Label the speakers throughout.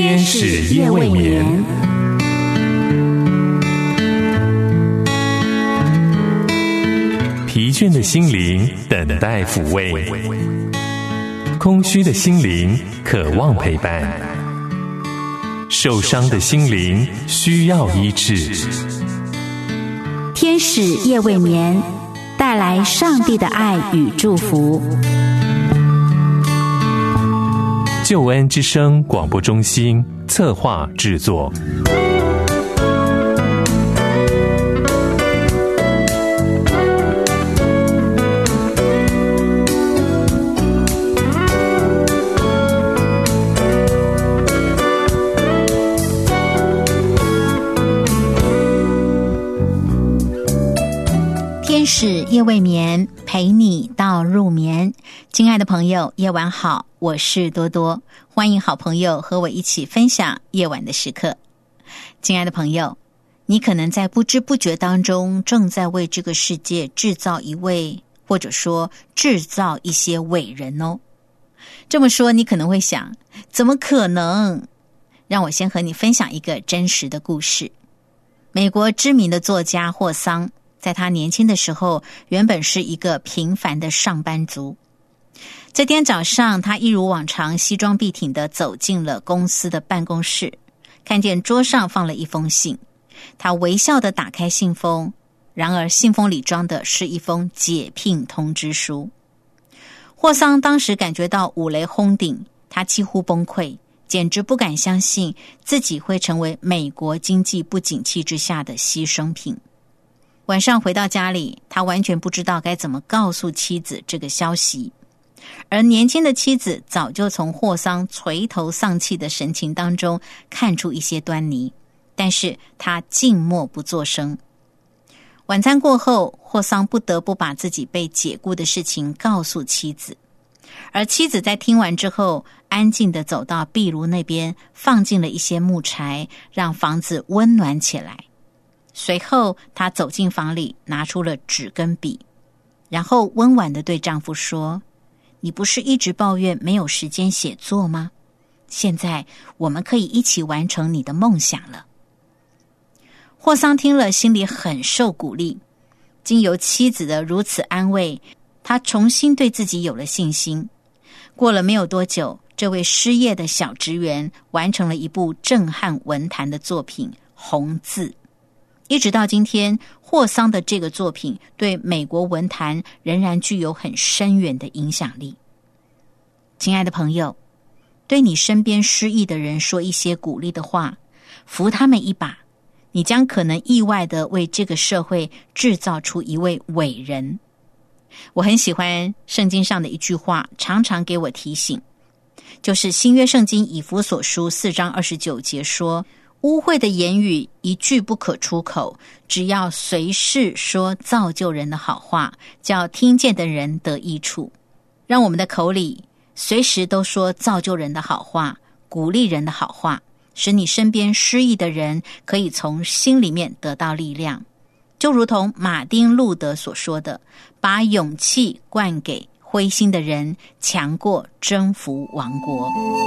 Speaker 1: 天使夜未眠。疲倦的心灵等待抚慰，空虚的心灵渴望陪伴，受伤的心灵需要医治。
Speaker 2: 天使夜未眠，带来上帝的爱与祝福。
Speaker 1: 救恩之声广播中心策划制作。
Speaker 2: 天使夜未眠，陪你到入眠。亲爱的朋友，夜晚好，我是多多，欢迎好朋友和我一起分享夜晚的时刻。亲爱的朋友，你可能在不知不觉当中正在为这个世界制造一位，或者说制造一些伟人哦。这么说你可能会想，怎么可能？让我先和你分享一个真实的故事。美国知名的作家霍桑，在他年轻的时候，原本是一个平凡的上班族。这天早上，他一如往常西装笔挺地走进了公司的办公室，看见桌上放了一封信。他微笑地打开信封，然而信封里装的是一封解聘通知书。霍桑当时感觉到五雷轰顶，他几乎崩溃，简直不敢相信自己会成为美国经济不景气之下的牺牲品。晚上回到家里，他完全不知道该怎么告诉妻子这个消息。而年轻的妻子早就从霍桑垂头丧气的神情当中看出一些端倪，但是他静默不作声。晚餐过后，霍桑不得不把自己被解雇的事情告诉妻子，而妻子在听完之后，安静地走到壁炉那边，放进了一些木柴，让房子温暖起来。随后她走进房里，拿出了纸跟笔，然后温婉地对丈夫说，你不是一直抱怨没有时间写作吗？现在我们可以一起完成你的梦想了。霍桑听了，心里很受鼓励，经由妻子的如此安慰，他重新对自己有了信心。过了没有多久，这位失业的小职员完成了一部震撼文坛的作品《红字》。一直到今天，霍桑的这个作品对美国文坛仍然具有很深远的影响力。亲爱的朋友，对你身边失意的人说一些鼓励的话，扶他们一把，你将可能意外地为这个社会制造出一位伟人。我很喜欢圣经上的一句话，常常给我提醒，就是新约圣经以弗所书4章29节说，污秽的言语一句不可出口，只要随时说造就人的好话，叫听见的人得益处。让我们的口里随时都说造就人的好话，鼓励人的好话，使你身边失意的人可以从心里面得到力量。就如同马丁路德所说的，把勇气灌给灰心的人，强过征服王国。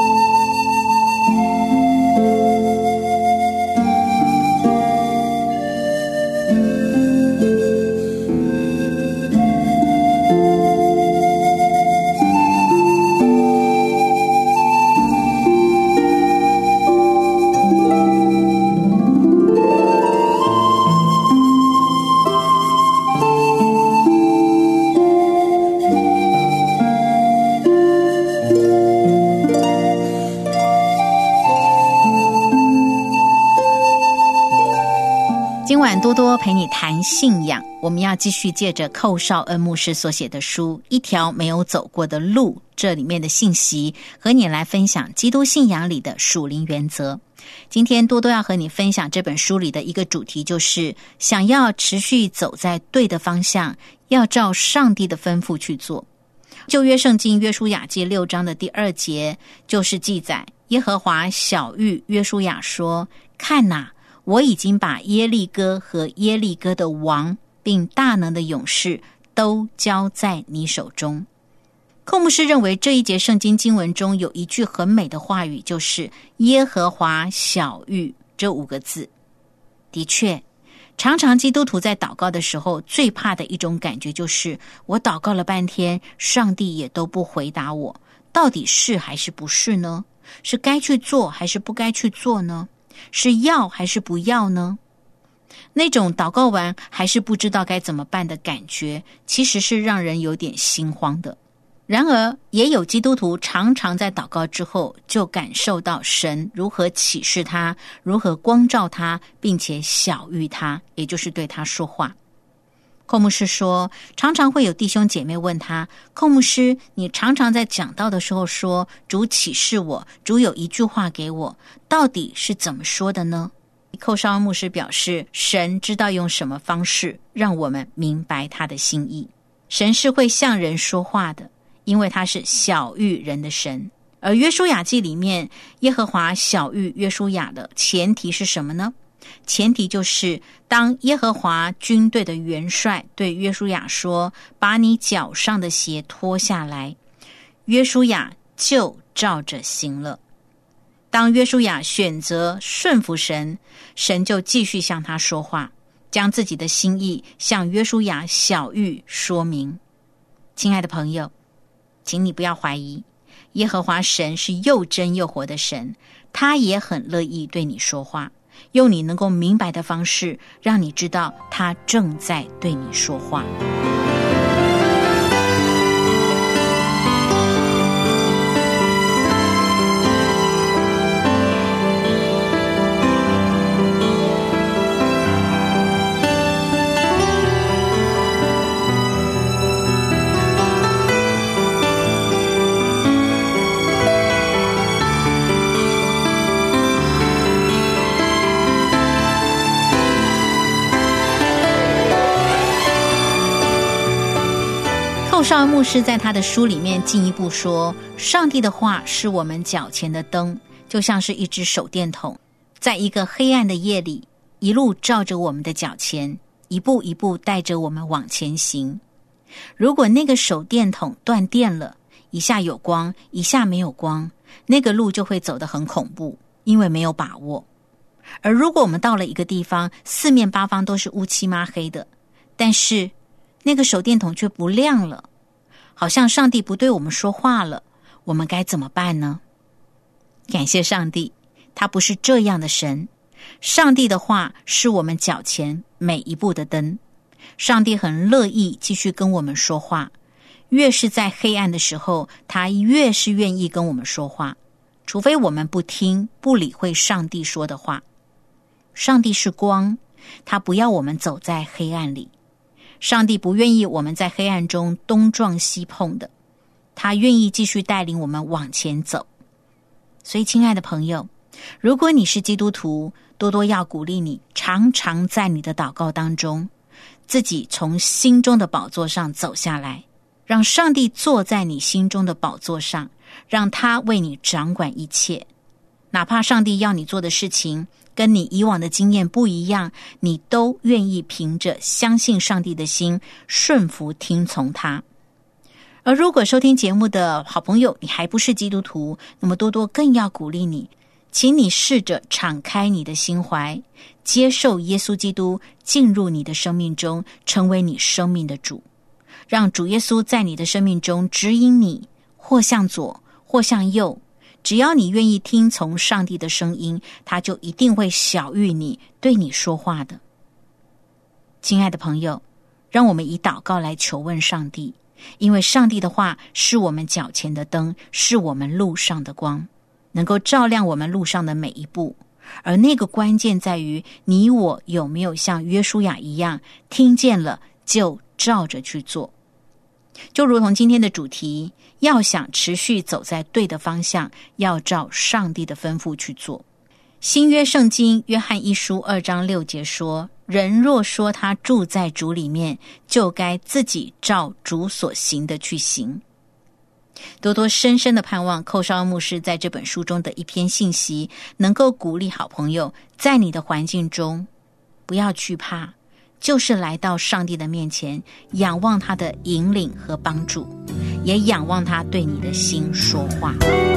Speaker 2: 今晚多多陪你谈信仰，我们要继续借着寇绍恩牧师所写的书《一条没有走过的路》这里面的信息，和你来分享基督信仰里的属灵原则。今天多多要和你分享这本书里的一个主题，就是想要持续走在对的方向，要照上帝的吩咐去做。旧约圣经约书亚记6章的第2节就是记载，耶和华晓谕约书亚说，看哪，我已经把耶利哥和耶利哥的王并大能的勇士都交在你手中。 寇牧师认为这一节圣经经文中有一句很美的话语，就是耶和华晓谕这5个字。的确，常常基督徒在祷告的时候，最怕的一种感觉就是我祷告了半天，上帝也都不回答我，到底是还是不是呢？是该去做还是不该去做呢？是要还是不要呢？那种祷告完还是不知道该怎么办的感觉，其实是让人有点心慌的。然而，也有基督徒常常在祷告之后，就感受到神如何启示他，如何光照他，并且晓谕他，也就是对他说话。寇牧师说，常常会有弟兄姐妹问他，寇牧师，你常常在讲道的时候说，主启示我，主有一句话给我，到底是怎么说的呢？寇绍恩牧师表示，神知道用什么方式让我们明白他的心意。神是会向人说话的，因为他是晓谕人的神。而约书亚记里面，耶和华晓谕约书亚的前提是什么呢？前提就是当耶和华军队的元帅对约书亚说，把你脚上的鞋脱下来，约书亚就照着行了。当约书亚选择顺服神，神就继续向他说话，将自己的心意向约书亚晓谕说明。亲爱的朋友，请你不要怀疑，耶和华神是又真又活的神，他也很乐意对你说话，用你能够明白的方式，让你知道他正在对你说话。寇绍恩牧师在他的书里面进一步说，上帝的话是我们脚前的灯，就像是一只手电筒，在一个黑暗的夜里，一路照着我们的脚前，一步一步带着我们往前行。如果那个手电筒断电了，一下有光，一下没有光，那个路就会走得很恐怖，因为没有把握。而如果我们到了一个地方，四面八方都是乌漆抹黑的，但是那个手电筒却不亮了，好像上帝不对我们说话了，我们该怎么办呢？感谢上帝，他不是这样的神。上帝的话是我们脚前每一步的灯，上帝很乐意继续跟我们说话，越是在黑暗的时候，他越是愿意跟我们说话，除非我们不听不理会上帝说的话。上帝是光，他不要我们走在黑暗里，上帝不愿意我们在黑暗中东撞西碰的，他愿意继续带领我们往前走。所以亲爱的朋友，如果你是基督徒，多多要鼓励你，常常在你的祷告当中，自己从心中的宝座上走下来，让上帝坐在你心中的宝座上，让他为你掌管一切。哪怕上帝要你做的事情跟你以往的经验不一样，你都愿意凭着相信上帝的心顺服听从他。而如果收听节目的好朋友你还不是基督徒，那么多多更要鼓励你，请你试着敞开你的心怀，接受耶稣基督进入你的生命中，成为你生命的主，让主耶稣在你的生命中指引你，或向左或向右，只要你愿意听从上帝的声音，他就一定会晓谕你，对你说话的。亲爱的朋友，让我们以祷告来求问上帝，因为上帝的话是我们脚前的灯，是我们路上的光，能够照亮我们路上的每一步。而那个关键在于你我有没有像约书亚一样，听见了就照着去做。就如同今天的主题，要想持续走在对的方向，要照上帝的吩咐去做。新约圣经约翰一书2章6节说，人若说他住在主里面，就该自己照主所行的去行。多多深深的盼望寇绍恩牧师在这本书中的一篇信息，能够鼓励好朋友，在你的环境中不要惧怕， 就是来到上帝的面前，仰望他的引领和帮助，也仰望他对你的心说话。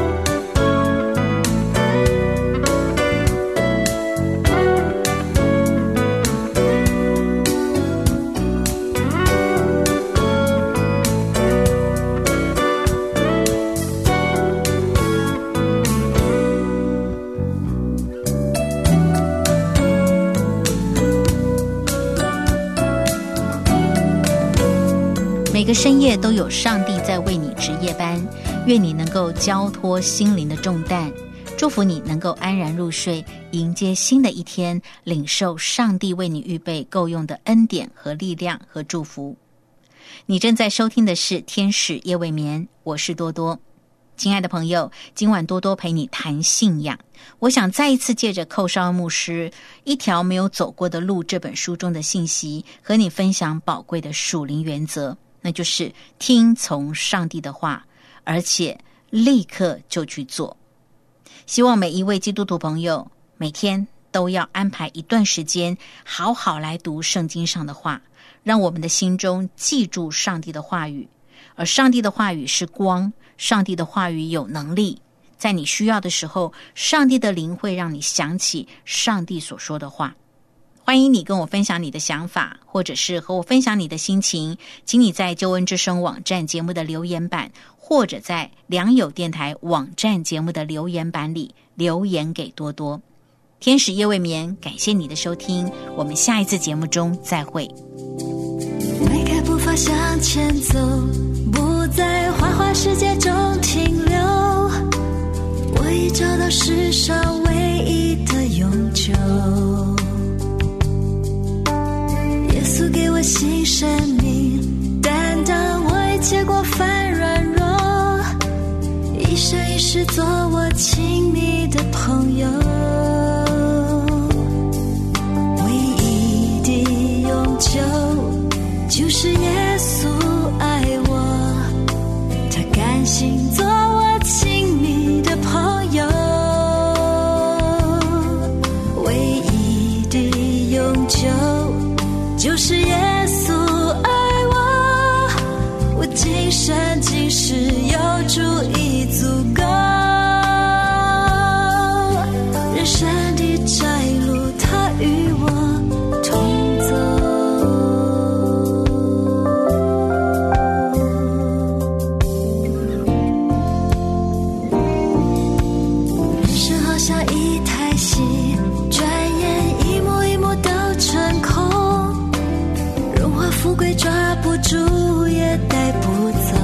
Speaker 2: 每个深夜都有上帝在为你值夜班，愿你能够交托心灵的重担，祝福你能够安然入睡，迎接新的一天，领受上帝为你预备够用的恩典和力量和祝福。你正在收听的是天使夜未眠，我是多多。亲爱的朋友，今晚多多陪你谈信仰。我想再一次借着寇绍恩牧师《一条没有走过的路》这本书中的信息，和你分享宝贵的属灵原则，那就是听从上帝的话，而且立刻就去做。希望每一位基督徒朋友每天都要安排一段时间，好好来读圣经上的话，让我们的心中记住上帝的话语。而上帝的话语是光，上帝的话语有能力，在你需要的时候，上帝的灵会让你想起上帝所说的话。欢迎你跟我分享你的想法，或者是和我分享你的心情，请你在救恩之声网站节目的留言板，或者在良友电台网站节目的留言板里留言给多多。天使夜未眠，感谢你的收听，我们下一次节目中再会。
Speaker 3: 迈开步伐向前走，不在花花世界中停留，我已找到世上唯一的永久。耶稣给我新生命，担当我一切过犯软弱，一生一世做我亲密的朋友。唯一的永久就是耶稣爱我，他甘心做我亲密的朋友。唯一的永久就是耶稣爱我，我今生今世有主已足够，人生的窄路他与我同走。人生好像一台戏，转眼一幕一幕都成空，荣华富贵抓不住也带不走，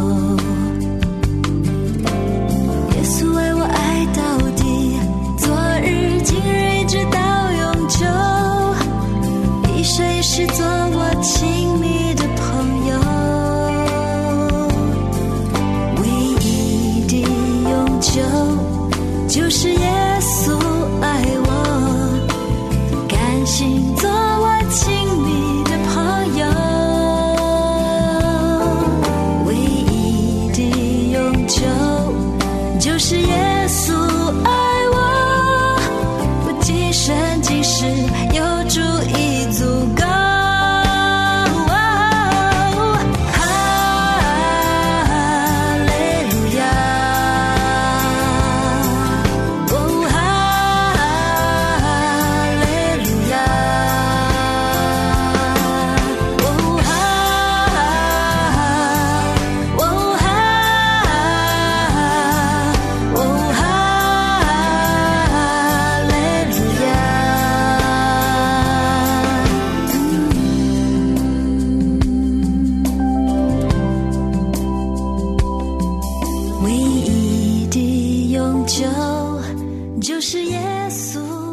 Speaker 3: 耶稣爱我爱到底，昨日今日一直到永久，一生一世做我亲密的朋友。唯一的永久就是耶稣爱我，甘心做我亲密的朋友。唯一的永久就是耶稣爱我，我今生今世有主已足够。唯一的永久就是耶稣。